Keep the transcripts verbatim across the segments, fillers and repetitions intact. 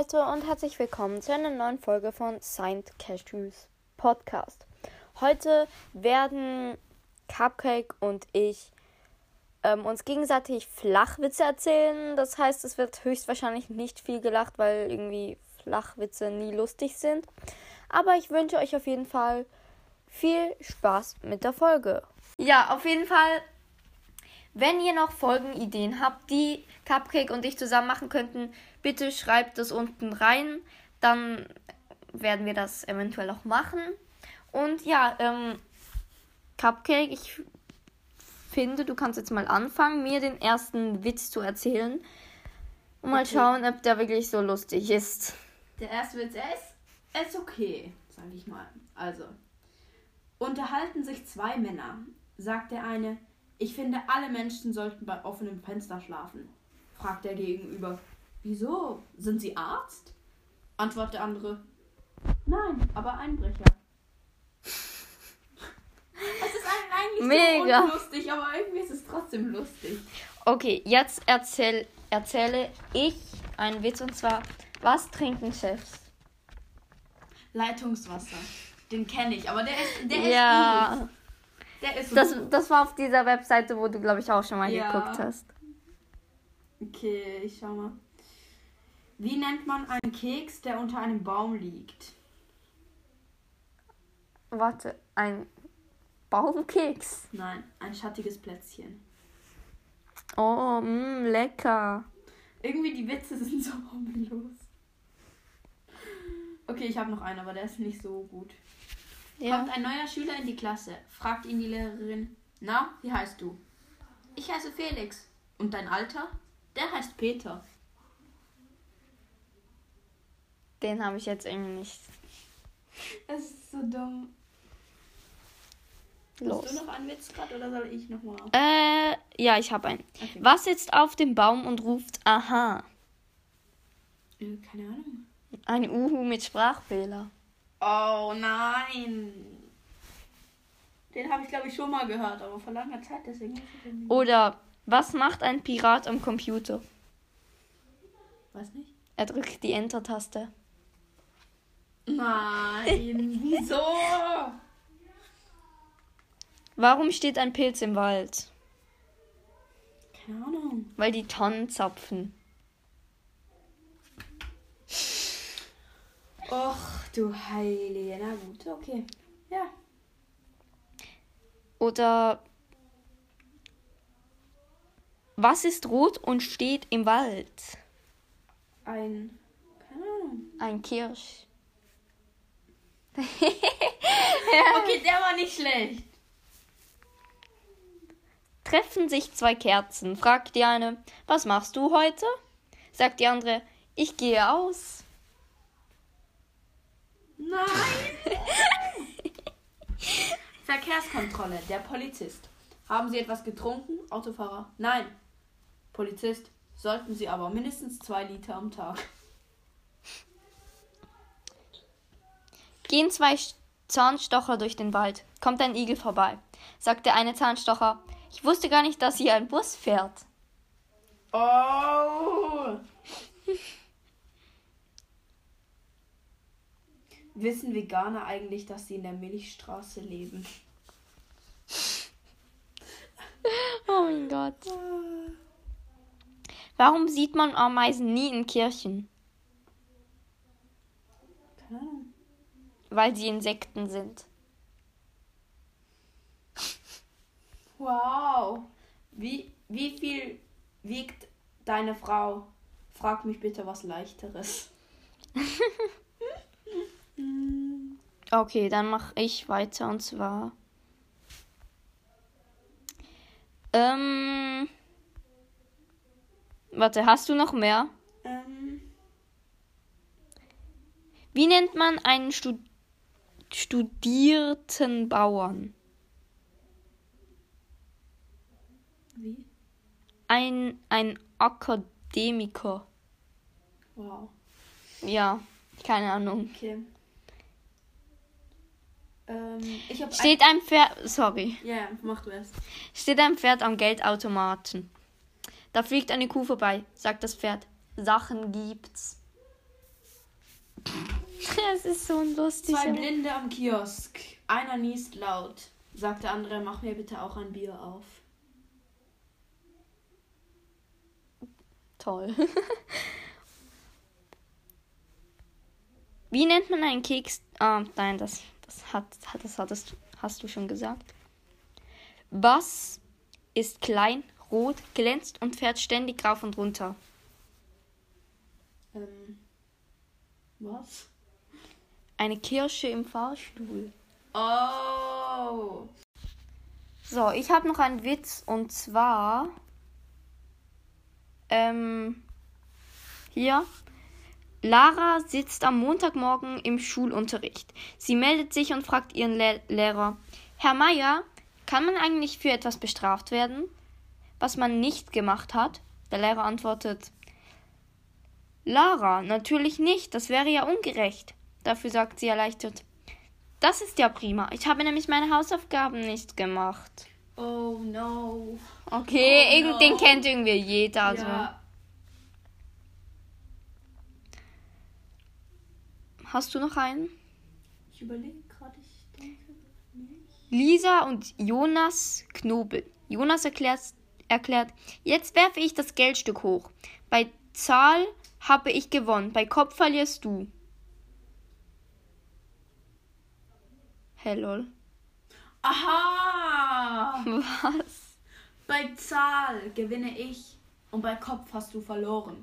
Leute und herzlich willkommen zu einer neuen Folge von Saint Cashews Podcast. Heute werden Cupcake und ich ähm, uns gegenseitig Flachwitze erzählen. Das heißt, es wird höchstwahrscheinlich nicht viel gelacht, weil irgendwie Flachwitze nie lustig sind. Aber ich wünsche euch auf jeden Fall viel Spaß mit der Folge. Ja, auf jeden Fall, wenn ihr noch Folgenideen habt, die Cupcake und ich zusammen machen könnten, bitte schreibt das unten rein. Dann werden wir das eventuell auch machen. Und ja, ähm, Cupcake, ich finde, du kannst jetzt mal anfangen, mir den ersten Witz zu erzählen. Und mal okay. schauen, ob der wirklich so lustig ist. Der erste Witz, er ist, er ist okay, sage ich mal. Also, unterhalten sich zwei Männer, sagt der eine: Ich finde, alle Menschen sollten bei offenem Fenster schlafen. Fragt der Gegenüber: Wieso? Sind Sie Arzt? Antwortet der andere: Nein, aber Einbrecher. Es ist eigentlich Mega. so unlustig, aber irgendwie ist es trotzdem lustig. Okay, jetzt erzähl, erzähle ich einen Witz, und zwar: Was trinken Chefs? Leitungswasser. Den kenne ich, aber der ist, der ja. ist gut. Der ist so das, gut. das war auf dieser Webseite, wo du, glaube ich, auch schon mal ja. geguckt hast. Okay, ich schau mal. Wie nennt man einen Keks, der unter einem Baum liegt? Warte, ein Baumkeks? Nein, ein schattiges Plätzchen. Oh, mh, lecker. Irgendwie die Witze sind so harmlos. Okay, ich habe noch einen, aber der ist nicht so gut. Ja. Kommt ein neuer Schüler in die Klasse, fragt ihn die Lehrerin: Na, wie heißt du? Ich heiße Felix. Und dein Alter? Der heißt Peter. Den habe ich jetzt irgendwie nicht. Das ist so dumm. Los. Hast du noch einen Witz gerade oder soll ich nochmal? Äh, ja, ich habe einen. Okay. Was sitzt auf dem Baum und ruft Aha? Äh, keine Ahnung. Ein Uhu mit Sprachfehler. Oh nein. Den habe ich, glaube ich, schon mal gehört, aber vor langer Zeit, deswegen weiß ich den nicht. Oder: Was macht ein Pirat am Computer? Weiß nicht. Er drückt die Enter-Taste. Nein, wieso? Warum steht ein Pilz im Wald? Keine Ahnung. Weil die Tannen zapfen. Och, du Heilige. Na gut, okay. Ja. Oder: Was ist rot und steht im Wald? Ein, keine Ahnung. Ein Kirsch. Okay, der war nicht schlecht. Treffen sich zwei Kerzen. Fragt die eine: Was machst du heute? Sagt die andere: Ich gehe aus. Nein! Verkehrskontrolle. Der Polizist: Haben Sie etwas getrunken? Autofahrer: Nein. Polizist: Sollten Sie aber mindestens zwei Liter am Tag. Gehen zwei Zahnstocher durch den Wald. Kommt ein Igel vorbei. Sagt der eine Zahnstocher: Ich wusste gar nicht, dass hier ein Bus fährt. Oh! Wissen Veganer eigentlich, dass sie in der Milchstraße leben? Oh mein Gott. Warum sieht man Ameisen nie in Kirchen? Keine Ahnung. Weil sie Insekten sind. Wow. Wie, wie viel wiegt deine Frau? Frag mich bitte was Leichteres. Okay, dann mache ich weiter, und zwar ähm warte, hast du noch mehr? Ähm. Wie nennt man einen Stud- studierten Bauern? Wie? Ein ein Akademiker. Wow. Ja, keine Ahnung. Okay. Ähm, ich hab Steht ein Pferd, sorry. Ja, yeah, mach du erst. Steht ein Pferd am Geldautomaten. Da fliegt eine Kuh vorbei, sagt das Pferd: Sachen gibt's. Es ist so ein lustiger... Zwei Blinde am Kiosk. Einer niest laut. Sagt der andere, mach mir bitte auch ein Bier auf. Toll. Wie nennt man einen Keks? Ah, nein, das, das, hat, das hattest, hast du schon gesagt. Was ist klein, rot, glänzt und fährt ständig rauf und runter? Ähm, was? Eine Kirsche im Fahrstuhl. Oh. So, ich habe noch einen Witz und zwar ähm, hier. Lara sitzt am Montagmorgen im Schulunterricht. Sie meldet sich und fragt ihren Le- Lehrer: Herr Meier, kann man eigentlich für etwas bestraft werden, was man nicht gemacht hat? Der Lehrer antwortet: Lara, natürlich nicht, das wäre ja ungerecht. Dafür sagt sie erleichtert: Das ist ja prima, ich habe nämlich meine Hausaufgaben nicht gemacht. Oh no. Okay, Oh, no. Den kennt irgendwie jeder. Also. Ja. Hast du noch einen? Ich überlege gerade, ich denke nicht. Lisa und Jonas Knobel. Jonas erklärt, erklärt, jetzt werfe ich das Geldstück hoch. Bei Zahl habe ich gewonnen, bei Kopf verlierst du. Hey, lol. Aha! Was? Bei Zahl gewinne ich und bei Kopf hast du verloren.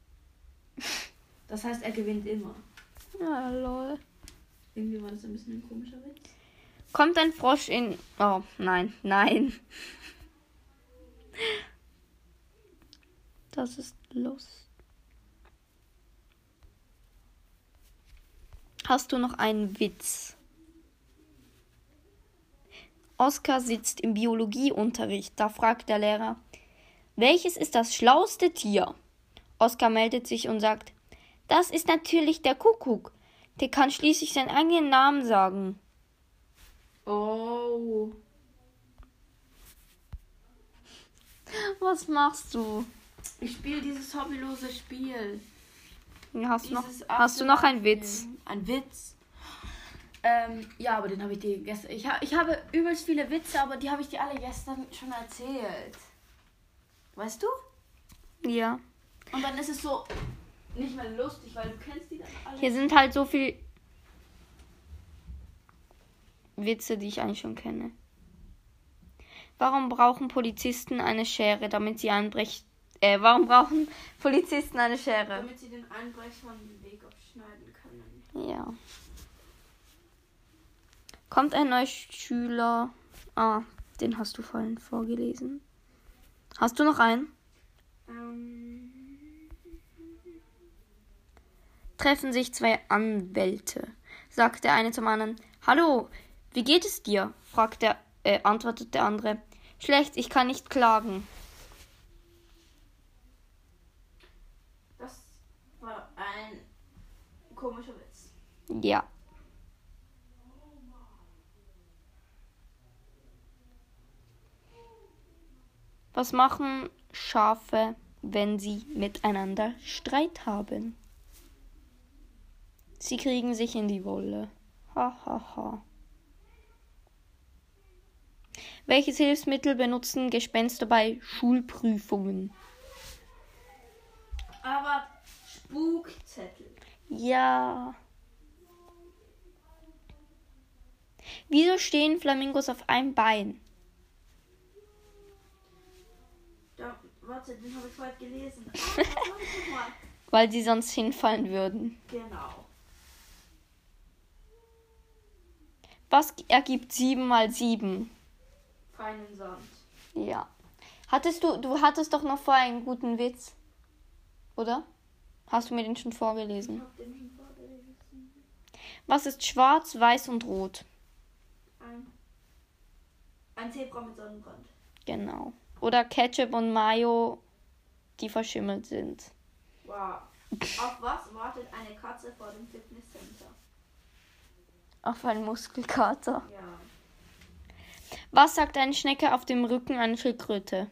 Das heißt, er gewinnt immer. Ja, lol. Irgendwie war das ein bisschen ein komischer Witz. Kommt ein Frosch in... Oh, nein, nein. Das ist Lust. Hast du noch einen Witz? Oskar sitzt im Biologieunterricht. Da fragt der Lehrer: Welches ist das schlauste Tier? Oskar meldet sich und sagt: Das ist natürlich der Kuckuck. Der kann schließlich seinen eigenen Namen sagen. Oh. Was machst du? Ich spiele dieses hobbylose Spiel. Hast du noch, Dieses hast du noch einen Abgewandte- Witz? Ein Witz? Ähm, ja, aber den habe ich dir gestern... Ich, ha, ich habe übelst viele Witze, aber die habe ich dir alle gestern schon erzählt. Weißt du? Ja. Und dann ist es so nicht mehr lustig, weil du kennst die dann alle. Hier sind halt so viele Witze, die ich eigentlich schon kenne. Warum brauchen Polizisten eine Schere, damit sie einbrechen? Äh, warum brauchen Polizisten eine Schere? Damit sie den Einbrechern den Weg abschneiden können. Ja. Kommt ein neuer Schüler. Ah, den hast du vorhin vorgelesen. Hast du noch einen? Ähm, Treffen sich zwei Anwälte. Sagt der eine zum anderen: Hallo, wie geht es dir? Fragt der, äh, antwortet der andere: Schlecht, ich kann nicht klagen. das war ein komischer Witz. Ja. Was machen Schafe, wenn sie miteinander Streit haben? Sie kriegen sich in die Wolle. Ha, ha, ha. Welches Hilfsmittel benutzen Gespenster bei Schulprüfungen? Aber Spukzettel. Ja. Wieso stehen Flamingos auf einem Bein? Da, warte, den habe ich heute gelesen. Ah, was war das nochmal? Weil sie sonst hinfallen würden. Genau. Was ergibt sieben mal sieben? Feinen Sand. Ja. Hattest du, du hattest doch noch vorher einen guten Witz, oder? Hast du mir den schon Ich vorgelesen? habe den schon vorgelesen. Was ist schwarz, weiß und rot? Ein, ein Zebra mit Sonnenbrand. Genau. Oder Ketchup und Mayo, die verschimmelt sind. Wow. Auf was wartet eine Katze vor dem Fitnesscenter? Auf einen Muskelkater. Ja. Was sagt eine Schnecke auf dem Rücken einer Schildkröte?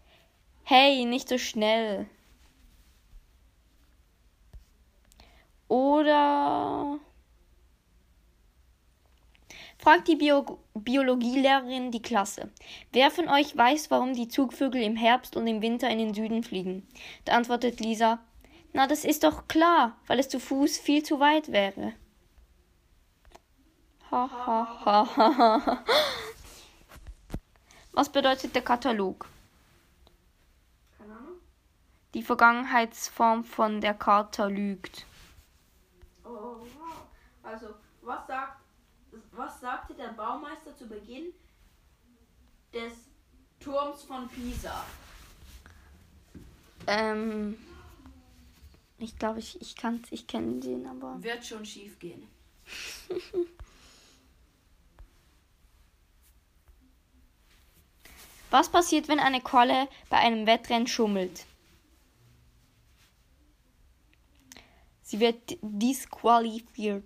Hey, nicht so schnell. Oder fragt die Bio- Biologielehrerin die Klasse. Wer von euch weiß, warum die Zugvögel im Herbst und im Winter in den Süden fliegen? Da antwortet Lisa, na, das ist doch klar, weil es zu Fuß viel zu weit wäre. Ha, ha, ha, ha, ha. Was bedeutet der Katalog? Keine Ahnung. Die Vergangenheitsform von der Charta lügt. Oh, wow. Also, was sagt, was sagte der Baumeister zu Beginn des Turms von Pisa? Ähm, ich glaube, ich, ich kann ich kenne den, aber... Wird schon schief gehen. Was passiert, wenn eine Qualle bei einem Wettrennen schummelt? Sie wird disqualifiziert.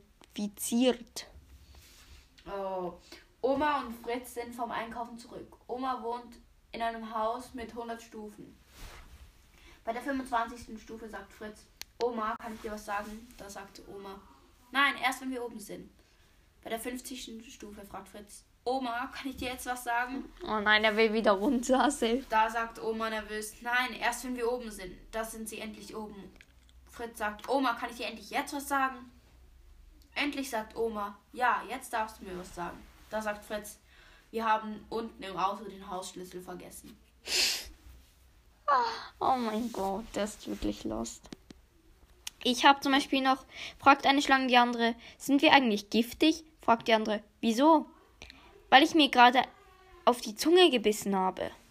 Oh. Oma und Fritz sind vom Einkaufen zurück. Oma wohnt in einem Haus mit hundert Stufen. Bei der fünfundzwanzigsten Stufe sagt Fritz, Oma, kann ich dir was sagen? Da sagt Oma, nein, erst wenn wir oben sind. Bei der fünfzigsten Stufe fragt Fritz, Oma, kann ich dir jetzt was sagen? Oh nein, er will wieder runter. Safe. Da sagt Oma nervös, nein, erst wenn wir oben sind. Da sind sie endlich oben. Fritz sagt, Oma, kann ich dir endlich jetzt was sagen? Endlich sagt Oma, ja, jetzt darfst du mir was sagen. Da sagt Fritz, wir haben unten im Auto den Hausschlüssel vergessen. Oh mein Gott, der ist wirklich lost. Ich habe zum Beispiel noch, fragt eine Schlange die andere, sind wir eigentlich giftig? Fragt die andere, wieso? Weil ich mir gerade auf die Zunge gebissen habe.